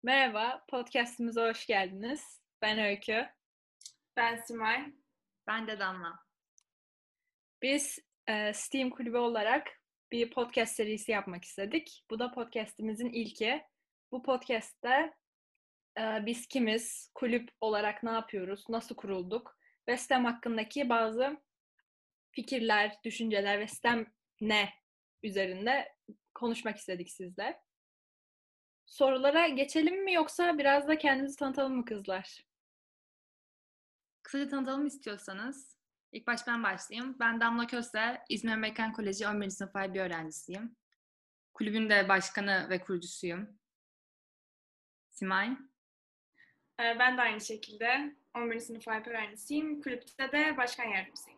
Merhaba, podcast'imize hoş geldiniz. Ben Öykü. Ben Simay. Ben de Damla. Biz Steam Kulübü olarak bir podcast serisi yapmak istedik. Bu da podcast'imizin ilki. Bu podcast'te biz kimiz, kulüp olarak ne yapıyoruz, nasıl kurulduk ve STEM hakkındaki bazı fikirler, düşünceler ve STEM ne üzerinde konuşmak istedik sizle. Sorulara geçelim mi yoksa biraz da kendimizi tanıtalım mı kızlar? Kısaca tanıtalım istiyorsanız. İlk baş ben başlayayım. Ben Damla Köse, İzmir Amerikan Koleji 11. sınıf bir öğrencisiyim. Kulübün de başkanı ve kurucusuyum. Simay. Ben de aynı şekilde 11. sınıf Alp öğrencisiyim. Kulüpte de başkan yardımcısıyım.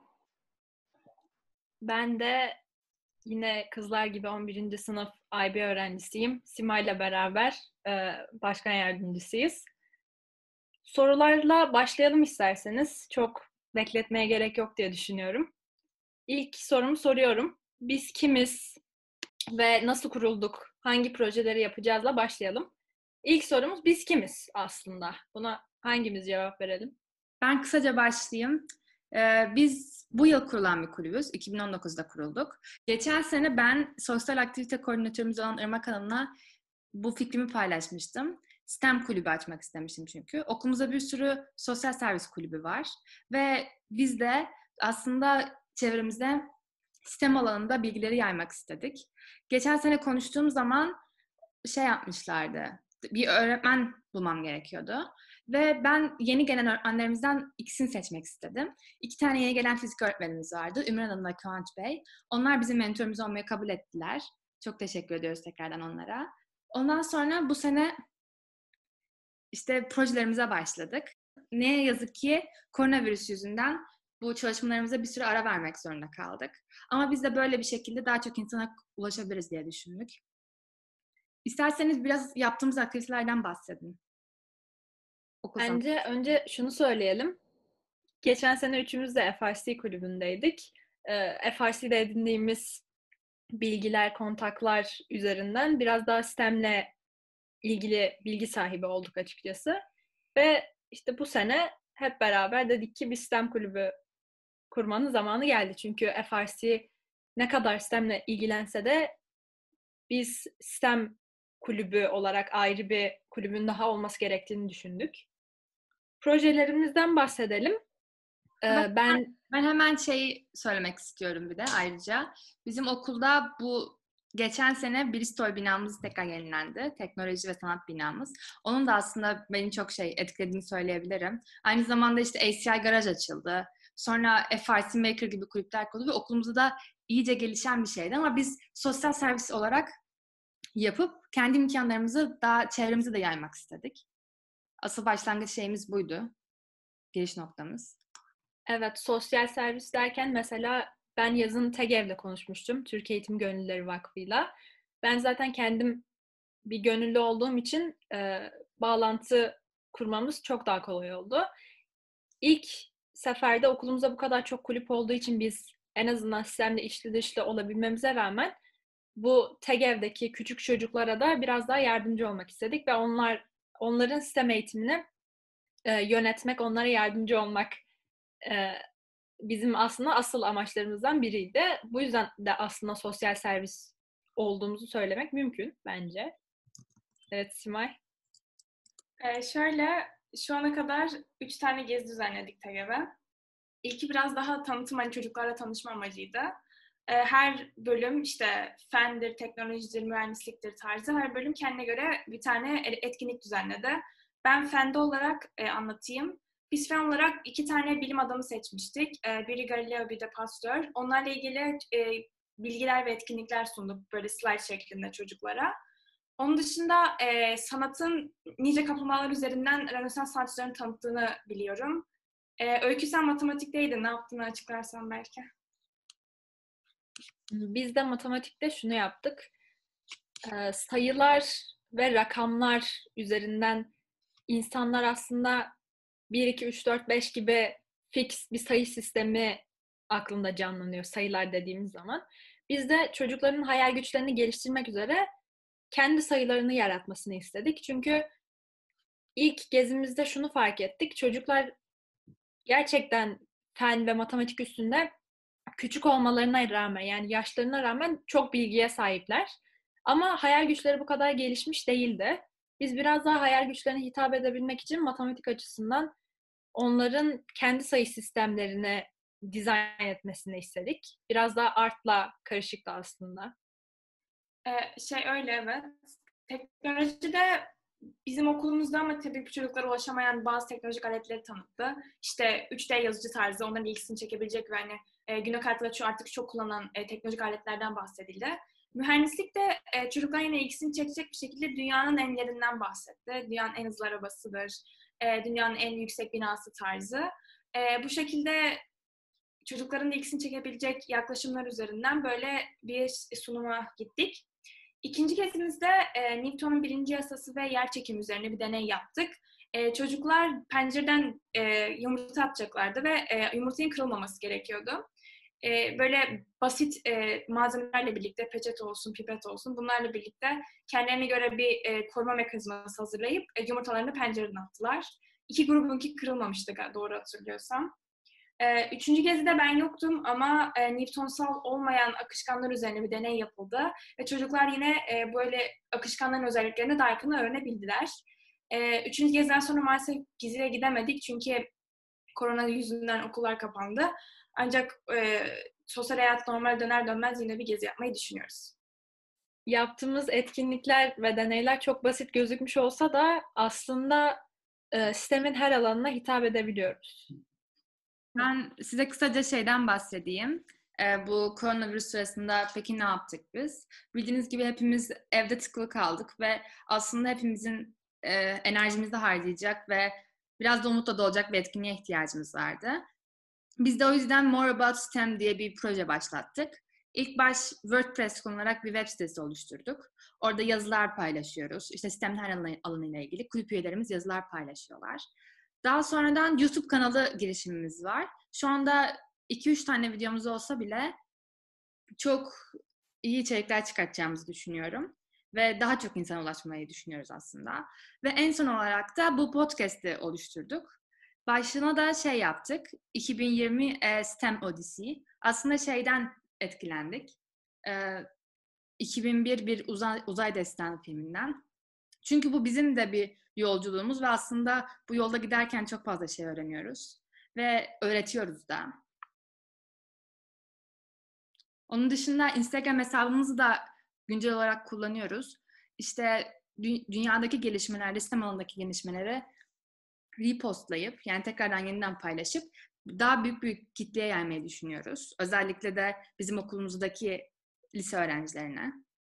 Ben de yine kızlar gibi 11. sınıf IB öğrencisiyim. Sima'yla beraber başkan yardımcısıyız. Sorularla başlayalım isterseniz. Çok bekletmeye gerek yok diye düşünüyorum. İlk sorumu soruyorum. Biz kimiz ve nasıl kurulduk, hangi projeleri yapacağızla başlayalım. İlk sorumuz biz kimiz aslında? Buna hangimiz cevap verelim? Ben kısaca başlayayım. Biz bu yıl kurulan bir kulübüz. 2019'da kurulduk. Geçen sene ben sosyal aktivite koordinatörümüz olan Irmak Hanım'la bu fikrimi paylaşmıştım. STEM kulübü açmak istemiştim çünkü. Okulumuzda bir sürü sosyal servis kulübü var. Ve biz de aslında çevremizde STEM alanında bilgileri yaymak istedik. Geçen sene konuştuğum zaman şey yapmışlardı. Bir öğretmen bulmam gerekiyordu. Ve ben yeni gelen öğretmenlerimizden ikisini seçmek istedim. 2 tane yeni gelen fizik öğretmenimiz vardı. Ümran Hanım ve Kıvanç Bey. Onlar bizim mentorumuz olmayı kabul ettiler. Çok teşekkür ediyoruz tekrardan onlara. Ondan sonra bu sene işte projelerimize başladık. Ne yazık ki koronavirüs yüzünden bu çalışmalarımıza bir süre ara vermek zorunda kaldık. Ama biz de böyle bir şekilde daha çok insana ulaşabiliriz diye düşündük. İsterseniz biraz yaptığımız aktivitelerden bahsedin. Bence önce şunu söyleyelim. Geçen sene üçümüz de FRC kulübündeydik. FRC'de edindiğimiz bilgiler, kontaklar üzerinden biraz daha STEM'le ilgili bilgi sahibi olduk açıkçası. Ve işte bu sene hep beraber dedik ki bir STEM kulübü kurmanın zamanı geldi. Çünkü FRC ne kadar STEM'le ilgilense de biz STEM kulübü olarak ayrı bir kulübün daha olması gerektiğini düşündük. Projelerimizden bahsedelim. Ben hemen şey söylemek istiyorum bir de ayrıca. Bizim okulda bu geçen sene Bristol binamız tekrar yenilendi. Teknoloji ve sanat binamız. Onun da aslında beni çok etkilediğini söyleyebilirim. Aynı zamanda işte ACI Garaj açıldı. Sonra FRC Maker gibi kulüpler kuruldu ve okulumuzda da iyice gelişen bir şeydi. Ama biz sosyal servis olarak yapıp kendi imkanlarımızı daha çevremize de yaymak istedik. Asıl başlangıç şeyimiz buydu. Giriş noktamız. Evet, sosyal servis derken mesela ben yazın TEGEV'le konuşmuştum. Türk Eğitim Gönüllüleri Vakfı'yla. Ben zaten kendim bir gönüllü olduğum için bağlantı kurmamız çok daha kolay oldu. İlk seferde okulumuzda bu kadar çok kulüp olduğu için biz en azından sistemde içli dışlı olabilmemize rağmen bu TEGEV'deki küçük çocuklara da biraz daha yardımcı olmak istedik ve onların sistem eğitimini yönetmek, onlara yardımcı olmak bizim aslında asıl amaçlarımızdan biriydi. Bu yüzden de aslında sosyal servis olduğumuzu söylemek mümkün bence. Evet Simay. Şu ana kadar 3 tane gezi düzenledik TGV'e. İlki biraz daha tanıtım, hani çocuklarla tanışma amacıydı. Her bölüm işte fendir, teknolojidir, mühendisliktir tarzı her bölüm kendine göre bir tane etkinlik düzenledi. Ben fende olarak anlatayım. Biz fen olarak 2 tane bilim adamı seçmiştik. Biri Galileo, bir de Pasteur. Onlarla ilgili bilgiler ve etkinlikler sunduk böyle slide şeklinde çocuklara. Onun dışında sanatın nice kaplumbağalar üzerinden Rönesans sanatçılarını tanıttığını biliyorum. Öykü sen matematikteydin. Ne yaptığını açıklarsan belki. Biz de matematikte şunu yaptık. Sayılar ve rakamlar üzerinden insanlar aslında 1, 2, 3, 4, 5 gibi fix bir sayı sistemi aklında canlanıyor sayılar dediğimiz zaman. Biz de çocukların hayal güçlerini geliştirmek üzere kendi sayılarını yaratmasını istedik. Çünkü ilk gezimizde şunu fark ettik. Çocuklar gerçekten fen ve matematik üstünde küçük olmalarına rağmen, yani yaşlarına rağmen çok bilgiye sahipler. Ama hayal güçleri bu kadar gelişmiş değildi. Biz biraz daha hayal güçlerine hitap edebilmek için matematik açısından onların kendi sayı sistemlerini dizayn etmesini istedik. Biraz daha artla karışıktı aslında. Öyle evet. Teknolojide bizim okulumuzda ama tabii bu çocuklara ulaşamayan bazı teknolojik aletleri tanıttı. İşte 3D yazıcı tarzı, onların ilgisini çekebilecek ve hani günlük hayatta artık çok kullanılan teknolojik aletlerden bahsedildi. Mühendislik de çocuklar yine ilgisini çekecek bir şekilde dünyanın enlerinden bahsetti. Dünyanın en hızlı arabasıdır, dünyanın en yüksek binası tarzı. Bu şekilde çocukların ilgisini çekebilecek yaklaşımlar üzerinden böyle bir sunuma gittik. İkinci gezimizde Newton'un birinci yasası ve yerçekimi üzerine bir deney yaptık. Çocuklar pencereden yumurta atacaklardı ve yumurtanın kırılmaması gerekiyordu. Böyle basit malzemelerle birlikte, peçete olsun, pipet olsun, bunlarla birlikte kendilerine göre bir koruma mekanizması hazırlayıp yumurtalarını pencereden attılar. İki grubunki kırılmamıştı doğru hatırlıyorsam. Üçüncü gezide ben yoktum ama Newtonsal olmayan akışkanlar üzerine bir deney yapıldı. Ve çocuklar yine böyle akışkanların özelliklerini daha yakından öğrenebildiler. Üçüncü geziden sonra maalesef geziye gidemedik çünkü korona yüzünden okullar kapandı. Ancak sosyal hayat normal döner dönmez yine bir gezi yapmayı düşünüyoruz. Yaptığımız etkinlikler ve deneyler çok basit gözükmüş olsa da aslında sistemin her alanına hitap edebiliyoruz. Ben size kısaca şeyden bahsedeyim. Bu koronavirüs sırasında peki ne yaptık biz? Bildiğiniz gibi hepimiz evde tıkılı kaldık ve aslında hepimizin enerjimizi harcayacak ve biraz da umutla dolacak bir etkinliğe ihtiyacımız vardı. Biz de o yüzden More About STEM diye bir proje başlattık. İlk baş WordPress kullanarak bir web sitesi oluşturduk. Orada yazılar paylaşıyoruz. İşte STEM her alanıyla ilgili kulüp üyelerimiz yazılar paylaşıyorlar. Daha sonradan YouTube kanalı girişimimiz var. Şu anda 2-3 tane videomuz olsa bile çok iyi içerikler çıkartacağımızı düşünüyorum. Ve daha çok insana ulaşmayı düşünüyoruz aslında. Ve en son olarak da bu podcast'i oluşturduk. Başlığına da şey yaptık. 2020 STEM Odyssey. Aslında şeyden etkilendik. 2001 bir uzay destan filminden. Çünkü bu bizim de bir yolculuğumuz ve aslında bu yolda giderken çok fazla şey öğreniyoruz. Ve öğretiyoruz da. Onun dışında Instagram hesabımızı da güncel olarak kullanıyoruz. İşte dünyadaki gelişmeler, STEM alanındaki gelişmeleri repostlayıp, yani tekrardan yeniden paylaşıp daha büyük bir kitleye yaymayı düşünüyoruz. Özellikle de bizim okulumuzdaki lise öğrencilerine.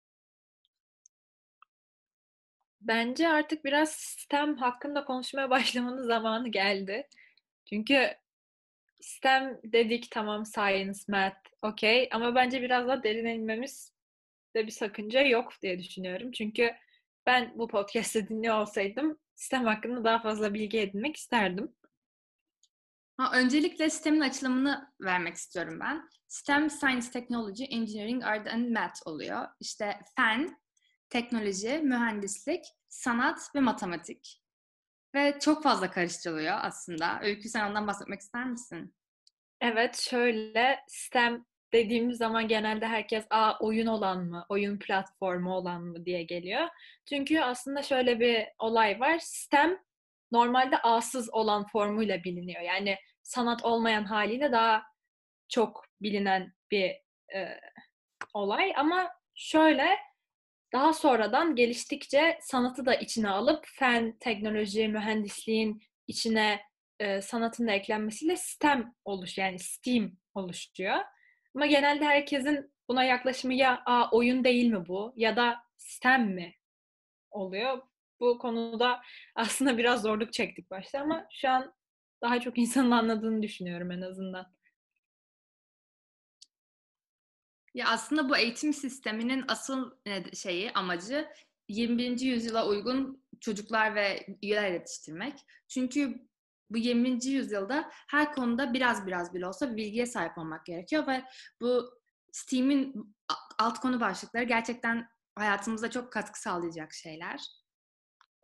Bence artık biraz STEM hakkında konuşmaya başlamanın zamanı geldi. Çünkü STEM dedik, tamam, science, math, okey, ama bence biraz daha derine inmemiz de bir sakınca yok diye düşünüyorum. Çünkü ben bu podcast'ı dinliyor olsaydım STEM hakkında daha fazla bilgi edinmek isterdim. Öncelikle STEM'in açılımını vermek istiyorum ben. STEM, Science, Technology, Engineering, Art and Math oluyor. İşte fen, teknoloji, mühendislik, sanat ve matematik. Ve çok fazla karıştırılıyor aslında. Öykü, sen ondan bahsetmek ister misin? Evet, şöyle, STEM dediğimiz zaman genelde herkes oyun olan mı, oyun platformu olan mı diye geliyor. Çünkü aslında şöyle bir olay var. STEM normalde A'sız olan formuyla biliniyor. Yani sanat olmayan haliyle daha çok bilinen bir olay. Ama şöyle, daha sonradan geliştikçe sanatı da içine alıp fen, teknoloji, mühendisliğin içine sanatın da eklenmesiyle STEM yani STEAM oluşuyor. Ama genelde herkesin buna yaklaşımı ya oyun değil mi bu ya da STEM mi oluyor. Bu konuda aslında biraz zorluk çektik başta ama şu an daha çok insanın anladığını düşünüyorum en azından. Ya aslında bu eğitim sisteminin asıl amacı 21. yüzyıla uygun çocuklar ve üyeler yetiştirmek. Çünkü bu 20. yüzyılda her konuda biraz bile olsa bilgiye sahip olmak gerekiyor ve bu STEAM'in alt konu başlıkları gerçekten hayatımıza çok katkı sağlayacak şeyler.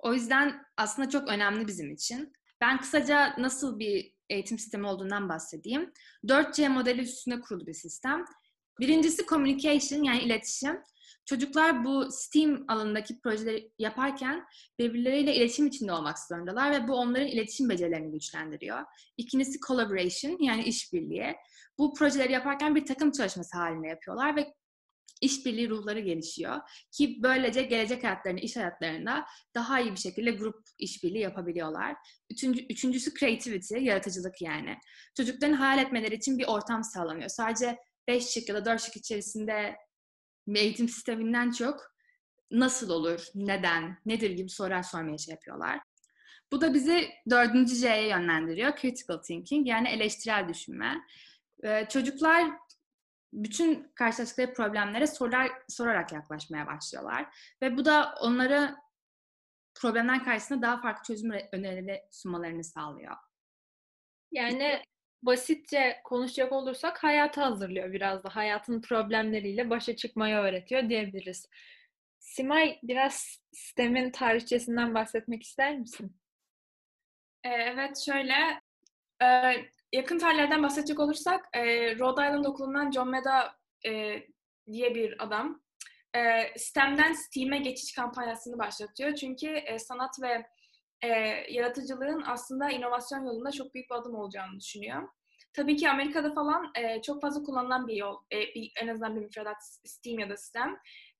O yüzden aslında çok önemli bizim için. Ben kısaca nasıl bir eğitim sistemi olduğundan bahsedeyim. 4C modeli üstüne kurulu bir sistem. Birincisi communication, yani iletişim. Çocuklar bu STEAM alanındaki projeleri yaparken birbirleriyle iletişim içinde olmak zorundalar ve bu onların iletişim becerilerini güçlendiriyor. İkincisi collaboration, yani işbirliği. Bu projeleri yaparken bir takım çalışması halinde yapıyorlar ve işbirliği ruhları gelişiyor ki böylece gelecek hayatlarında, iş hayatlarında daha iyi bir şekilde grup işbirliği yapabiliyorlar. Üçüncüsü creativity, yaratıcılık yani. Çocukların hayal etmeleri için bir ortam sağlanıyor. Sadece 5 şık ya da 4 şık içerisinde bir eğitim sisteminden çok nasıl olur, neden, nedir gibi sorular sormaya şey yapıyorlar. Bu da bizi 4. C'ye yönlendiriyor. Critical thinking, yani eleştirel düşünme. Çocuklar bütün karşılaştıkları problemlere sorular sorarak yaklaşmaya başlıyorlar. Ve bu da onlara problemler karşısında daha farklı çözüm önerileri sunmalarını sağlıyor. Yani basitçe konuşacak olursak hayatı hazırlıyor biraz da. Hayatın problemleriyle başa çıkmayı öğretiyor diyebiliriz. Simay, biraz STEM'in tarihçesinden bahsetmek ister misin? Evet, şöyle yakın tarihlerden bahsedecek olursak Rhode Island Okulu'ndan John Meda diye bir adam STEM'den STEAM'e geçiş kampanyasını başlatıyor. Çünkü sanat ve yaratıcılığın aslında inovasyon yolunda çok büyük bir adım olacağını düşünüyor. Tabii ki Amerika'da falan çok fazla kullanılan bir yol, en azından bir müfredat STEAM ya da STEM.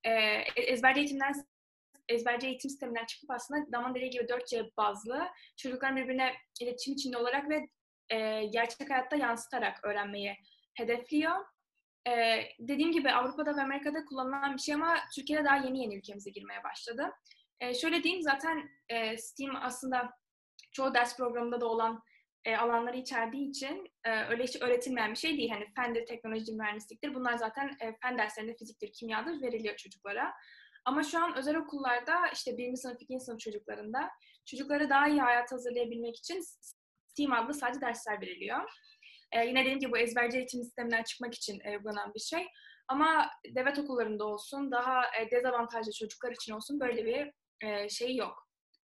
Ezberci eğitim sisteminden çıkıp aslında Damon dediği gibi 4C bazlı çocukların birbirine iletişim içinde olarak ve gerçek hayatta yansıtarak öğrenmeyi hedefliyor. Dediğim gibi Avrupa'da ve Amerika'da kullanılan bir şey ama Türkiye'de daha yeni ülkemize girmeye başladı. Şöyle diyeyim, zaten STEAM aslında çoğu ders programında da olan alanları içerdiği için öyle hiç öğretilmeyen bir şey değil. Hani fendir, teknoloji, mühendisliktir. Bunlar zaten fen derslerinde fiziktir, kimyadır veriliyor çocuklara. Ama şu an özel okullarda işte 1. sınıf, 2. sınıf çocukları daha iyi hayata hazırlayabilmek için STEAM adlı sadece dersler veriliyor. Yine dediğim gibi bu ezberci eğitim sisteminden çıkmak için uygulanan bir şey. Ama devlet okullarında olsun, daha dezavantajlı çocuklar için olsun böyle bir şey yok.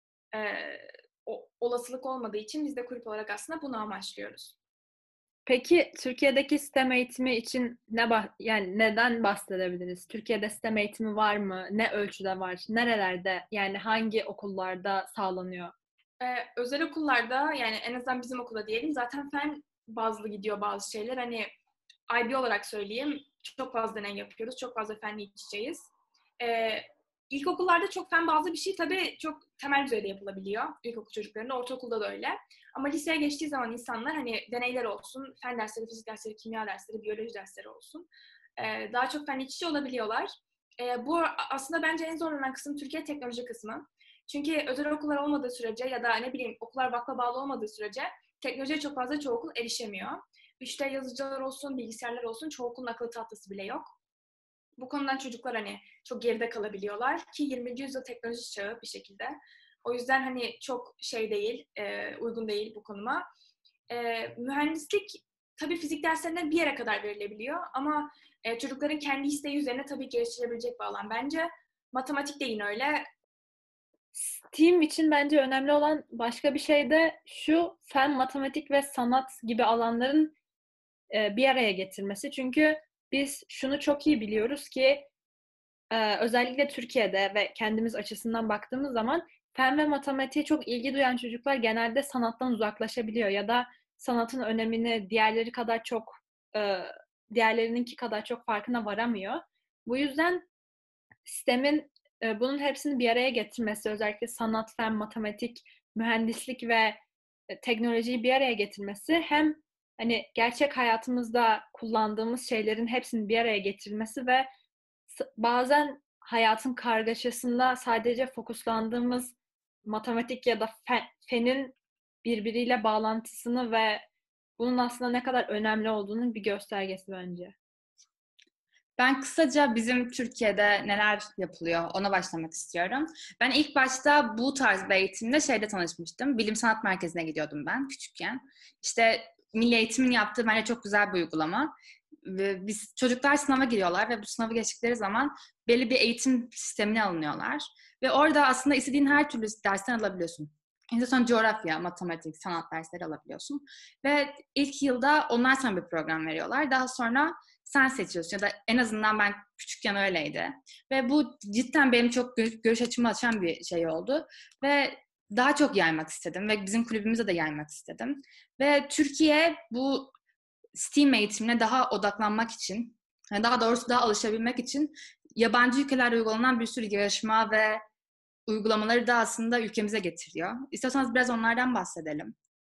Olasılık olmadığı için biz de kulüp olarak aslında bunu amaçlıyoruz. Peki Türkiye'deki STEM eğitimi için yani neden bahsedebiliriz? Türkiye'de STEM eğitimi var mı? Ne ölçüde var? Nerelerde? Yani hangi okullarda sağlanıyor? Özel okullarda, yani en azından bizim okulda diyelim, zaten fen bazlı gidiyor bazı şeyler. Hani IB olarak söyleyeyim, çok fazla deney yapıyoruz, çok fazla fenli iç içeyiz. İlkokullarda çok fen bazlı bir şey tabii çok temel düzeyde yapılabiliyor. İlkokul çocuklarında, ortaokulda da öyle. Ama liseye geçtiği zaman insanlar hani deneyler olsun, fen dersleri, fizik dersleri, kimya dersleri, biyoloji dersleri olsun. Daha çok fen iç içe olabiliyorlar. Bu aslında bence en zorlanan kısım Türkiye teknoloji kısmı. Çünkü özel okullar olmadığı sürece ya da ne bileyim okullar vakfa bağlı olmadığı sürece teknolojiye çok fazla çoğu okul erişemiyor. 3D yazıcılar olsun, bilgisayarlar olsun, çoğu okulun akıllı tahtası bile yok. Bu konudan çocuklar hani çok geride kalabiliyorlar ki 20. yüzyıl teknoloji çağı bir şekilde. O yüzden hani çok şey değil, uygun değil bu konuma. Mühendislik tabii fizik derslerine bir yere kadar verilebiliyor ama çocukların kendi isteği üzerine tabii geliştirebilecek bir alan bence. Matematik de yine öyle. STEAM için bence önemli olan başka bir şey de şu: fen, matematik ve sanat gibi alanların bir araya getirmesi. Çünkü biz şunu çok iyi biliyoruz ki özellikle Türkiye'de ve kendimiz açısından baktığımız zaman fen ve matematiğe çok ilgi duyan çocuklar genelde sanattan uzaklaşabiliyor ya da sanatın önemini diğerlerininki kadar çok farkına varamıyor. Bu yüzden STEM'in bunun hepsini bir araya getirmesi, özellikle sanat, fen, matematik, mühendislik ve teknolojiyi bir araya getirmesi hem hani gerçek hayatımızda kullandığımız şeylerin hepsini bir araya getirmesi ve bazen hayatın kargaşasında sadece fokuslandığımız matematik ya da fenin birbiriyle bağlantısını ve bunun aslında ne kadar önemli olduğunun bir göstergesi bence. Ben kısaca bizim Türkiye'de neler yapılıyor ona başlamak istiyorum. Ben ilk başta bu tarz bir eğitimde tanışmıştım. Bilim Sanat Merkezi'ne gidiyordum ben küçükken. İşte Milli Eğitim'in yaptığı bence çok güzel bir uygulama. Çocuklar sınava giriyorlar ve bu sınavı geçtikleri zaman belli bir eğitim sistemine alınıyorlar. Ve orada aslında istediğin her türlü dersten alabiliyorsun. İşte coğrafya, matematik, sanat dersleri alabiliyorsun. Ve ilk yılda onlar sana bir program veriyorlar. Daha sonra sen seçiyorsun ya da en azından ben küçükken öyleydi. Ve bu cidden benim çok görüş açımı açan bir şey oldu. Ve daha çok yaymak istedim ve bizim kulübümüze de yaymak istedim. Ve Türkiye bu STEAM eğitimine daha odaklanmak için, daha doğrusu daha alışabilmek için yabancı ülkelerde uygulanan bir sürü yarışma ve uygulamaları da aslında ülkemize getiriyor. İstiyorsanız biraz onlardan bahsedelim.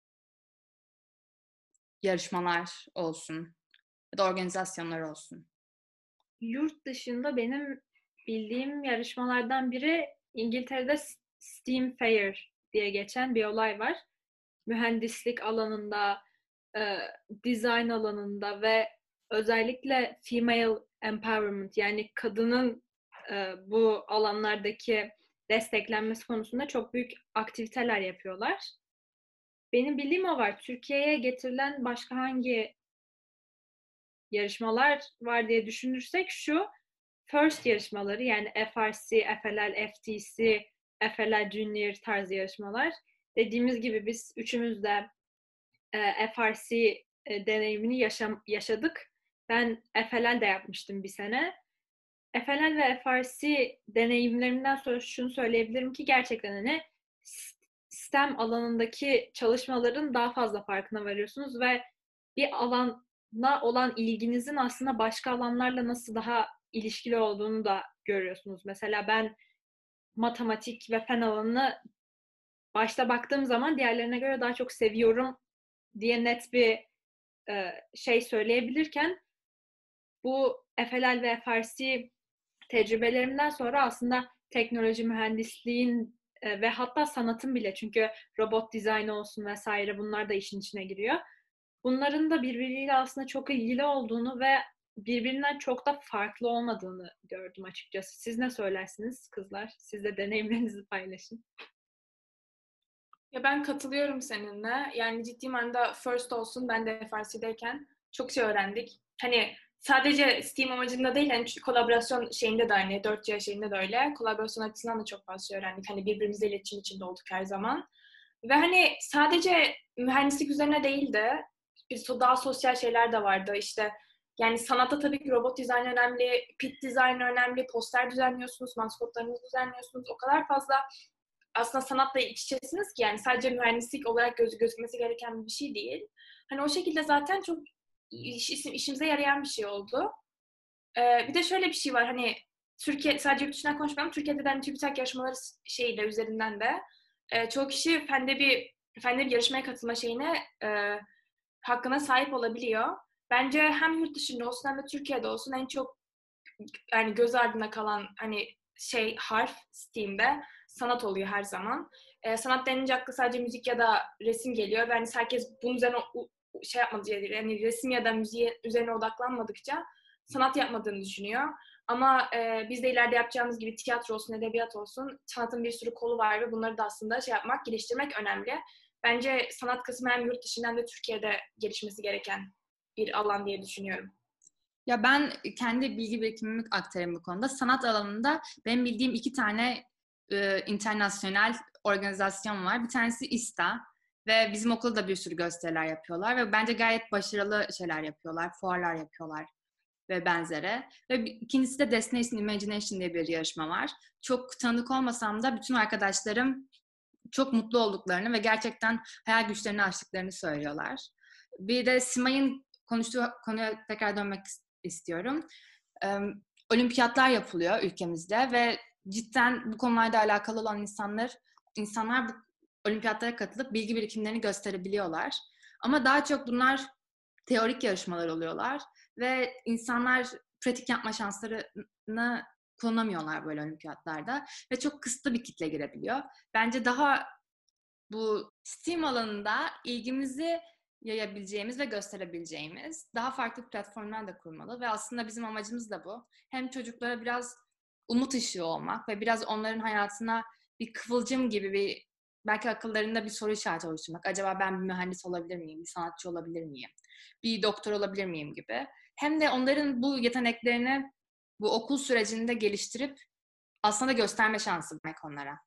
Yarışmalar olsun ya da organizasyonlar olsun. Yurt dışında benim bildiğim yarışmalardan biri İngiltere'de STEAM Fair diye geçen bir olay var. Mühendislik alanında, design alanında ve özellikle female empowerment yani kadının bu alanlardaki desteklenmesi konusunda çok büyük aktiviteler yapıyorlar. Benim bildiğim o var. Türkiye'ye getirilen başka hangi yarışmalar var diye düşünürsek şu First yarışmaları yani FRC, FLL, FTC, FLL Junior tarzı yarışmalar. Dediğimiz gibi biz üçümüz de FRC deneyimini yaşadık. Ben FLL de yapmıştım bir sene. FLL ve FRC deneyimlerimden sonra şunu söyleyebilirim ki gerçekten hani STEM alanındaki çalışmaların daha fazla farkına varıyorsunuz ve bir alana olan ilginizin aslında başka alanlarla nasıl daha ilişkili olduğunu da görüyorsunuz. Mesela ben matematik ve fen alanını başta baktığım zaman diğerlerine göre daha çok seviyorum diye net bir şey söyleyebilirken bu FLL ve FRC tecrübelerimden sonra aslında teknoloji, mühendisliğin ve hatta sanatın bile çünkü robot dizaynı olsun vesaire bunlar da işin içine giriyor. Bunların da birbiriyle aslında çok ilgili olduğunu ve birbirinden çok da farklı olmadığını gördüm açıkçası. Siz ne söylersiniz kızlar? Siz de deneyimlerinizi paylaşın. Ya ben katılıyorum seninle. Yani ciddi manada first olsun ben de FRC'deyken çok şey öğrendik. Hani sadece STEAM amacında değil hani kolaborasyon şeyinde de hani 4C şeyinde de öyle. Kolaborasyon açısından da çok fazla şey öğrendik. Hani birbirimizle iletişim içinde olduk her zaman. Ve hani sadece mühendislik üzerine değil de daha sosyal şeyler de vardı. İşte yani sanatta tabii ki robot dizaynı önemli, pit dizaynı önemli, poster düzenliyorsunuz, maskotlarınızı düzenliyorsunuz. O kadar fazla aslında sanatla iç içesiniz ki yani sadece mühendislik olarak gözükmesi gereken bir şey değil. Hani o şekilde zaten çok işimize yarayan bir şey oldu. Bir de şöyle bir şey var hani Türkiye sadece yurt dışından konuşmayalım. Türkiye'de de hani TÜBİTAK yarışmaları şeyle üzerinden de çoğu kişi fende bir yarışmaya katılma şeyine hakkına sahip olabiliyor. Bence hem yurt dışında olsun hem de Türkiye'de olsun en çok yani göz ardına kalan hani harf STEAM'de sanat oluyor her zaman. Sanat denince akla sadece müzik ya da resim geliyor. Yani herkes bunun üzerine şey yapmadı diye değil. Yani resim ya da müziğe üzerine odaklanmadıkça sanat yapmadığını düşünüyor. Ama biz de ileride yapacağımız gibi tiyatro olsun, edebiyat olsun sanatın bir sürü kolu var ve bunları da aslında geliştirmek önemli. Bence sanat kısmı hem yurt dışından hem de Türkiye'de gelişmesi gereken bir alan diye düşünüyorum. Ya ben kendi bilgi birikimimi aktarayım bu konuda. Sanat alanında benim bildiğim 2 tane internasyonel organizasyon var. Bir tanesi ISTA ve bizim okulda da bir sürü gösteriler yapıyorlar ve bence gayet başarılı şeyler yapıyorlar, fuarlar yapıyorlar ve benzeri. Ve ikincisi de Destination Imagination diye bir yarışma var. Çok tanıdık olmasam da bütün arkadaşlarım çok mutlu olduklarını ve gerçekten hayal güçlerini aştıklarını söylüyorlar. Bir de Simay'ın konuştuğu konuya tekrar dönmek istiyorum. Olimpiyatlar yapılıyor ülkemizde ve cidden bu konularda alakalı olan insanlar bu olimpiyatlara katılıp bilgi birikimlerini gösterebiliyorlar. Ama daha çok bunlar teorik yarışmalar oluyorlar ve insanlar pratik yapma şanslarını kullanamıyorlar böyle olimpiyatlarda ve çok kısıtlı bir kitle girebiliyor. Bence daha bu STEAM alanında ilgimizi yayabileceğimiz ve gösterebileceğimiz daha farklı platformlar da kurmalı ve aslında bizim amacımız da bu. Hem çocuklara biraz umut ışığı olmak ve biraz onların hayatına bir kıvılcım gibi belki akıllarında bir soru işareti oluşturmak. Acaba ben bir mühendis olabilir miyim? Bir sanatçı olabilir miyim? Bir doktor olabilir miyim gibi. Hem de onların bu yeteneklerini bu okul sürecinde geliştirip aslında gösterme şansı demek onlara.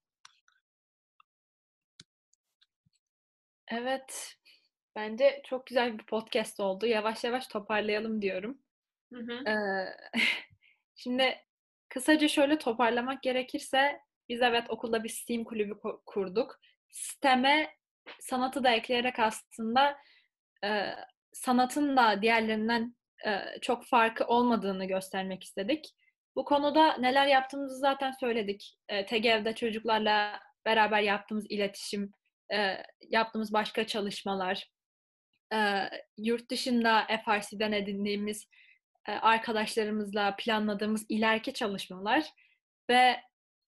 Evet. Bence çok güzel bir podcast oldu. Yavaş yavaş toparlayalım diyorum. Hı hı. Şimdi kısaca şöyle toparlamak gerekirse biz evet okulda bir STEAM kulübü kurduk. STEM'e sanatı da ekleyerek aslında sanatın da diğerlerinden çok farkı olmadığını göstermek istedik. Bu konuda neler yaptığımızı zaten söyledik. TGV'de çocuklarla beraber yaptığımız iletişim, yaptığımız başka çalışmalar, yurt dışında FRC'den edindiğimiz arkadaşlarımızla planladığımız ileriki çalışmalar ve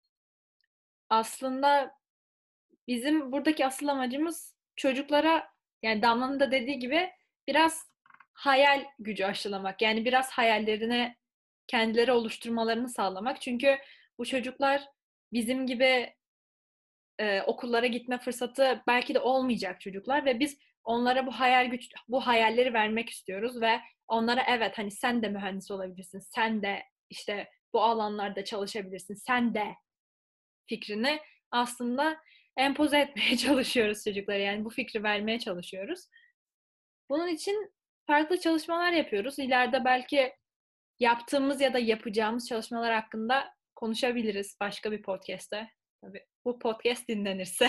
aslında bizim buradaki asıl amacımız çocuklara, yani Damla'nın da dediği gibi, biraz hayal gücü aşılamak. Yani biraz hayallerini kendileri oluşturmalarını sağlamak. Çünkü bu çocuklar bizim gibi okullara gitme fırsatı belki de olmayacak çocuklar ve biz onlara bu hayalleri vermek istiyoruz ve onlara evet hani sen de mühendis olabilirsin, sen de işte bu alanlarda çalışabilirsin, sen de fikrini aslında empoze etmeye çalışıyoruz çocuklara. Yani bu fikri vermeye çalışıyoruz. Bunun için farklı çalışmalar yapıyoruz. İleride belki yaptığımız ya da yapacağımız çalışmalar hakkında konuşabiliriz başka bir podcast'te. Tabii bu podcast dinlenirse.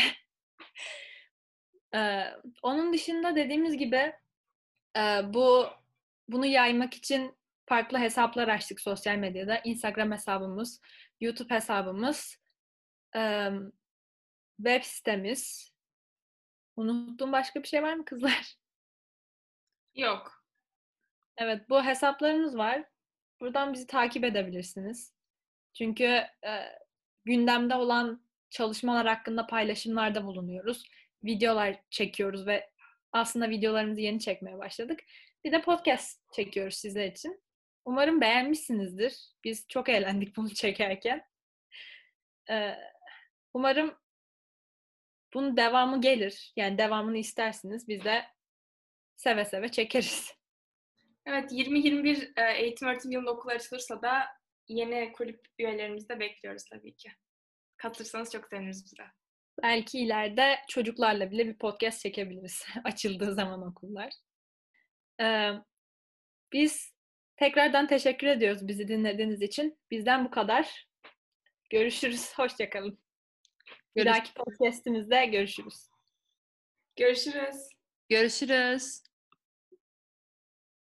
Onun dışında dediğimiz gibi bunu yaymak için farklı hesaplar açtık sosyal medyada. Instagram hesabımız, YouTube hesabımız, web sitemiz. Unuttuğum başka bir şey var mı kızlar? Yok. Evet, bu hesaplarımız var. Buradan bizi takip edebilirsiniz. Çünkü gündemde olan çalışmalar hakkında paylaşımlarda bulunuyoruz. Videolar çekiyoruz ve aslında videolarımızı yeni çekmeye başladık. Bir de podcast çekiyoruz sizler için. Umarım beğenmişsinizdir. Biz çok eğlendik bunu çekerken. Umarım bunun devamı gelir. Yani devamını istersiniz. Biz de seve seve çekeriz. Evet, 2021 eğitim öğretim yılında okul açılırsa da yeni kulüp üyelerimizi de bekliyoruz tabii ki. Katılırsanız çok seviniriz bize. Belki ileride çocuklarla bile bir podcast çekebiliriz. Açıldığı zaman okullar. Biz tekrardan teşekkür ediyoruz bizi dinlediğiniz için. Bizden bu kadar. Görüşürüz. Hoşça kalın. Bir dahaki podcast'imizde görüşürüz. Görüşürüz. Görüşürüz.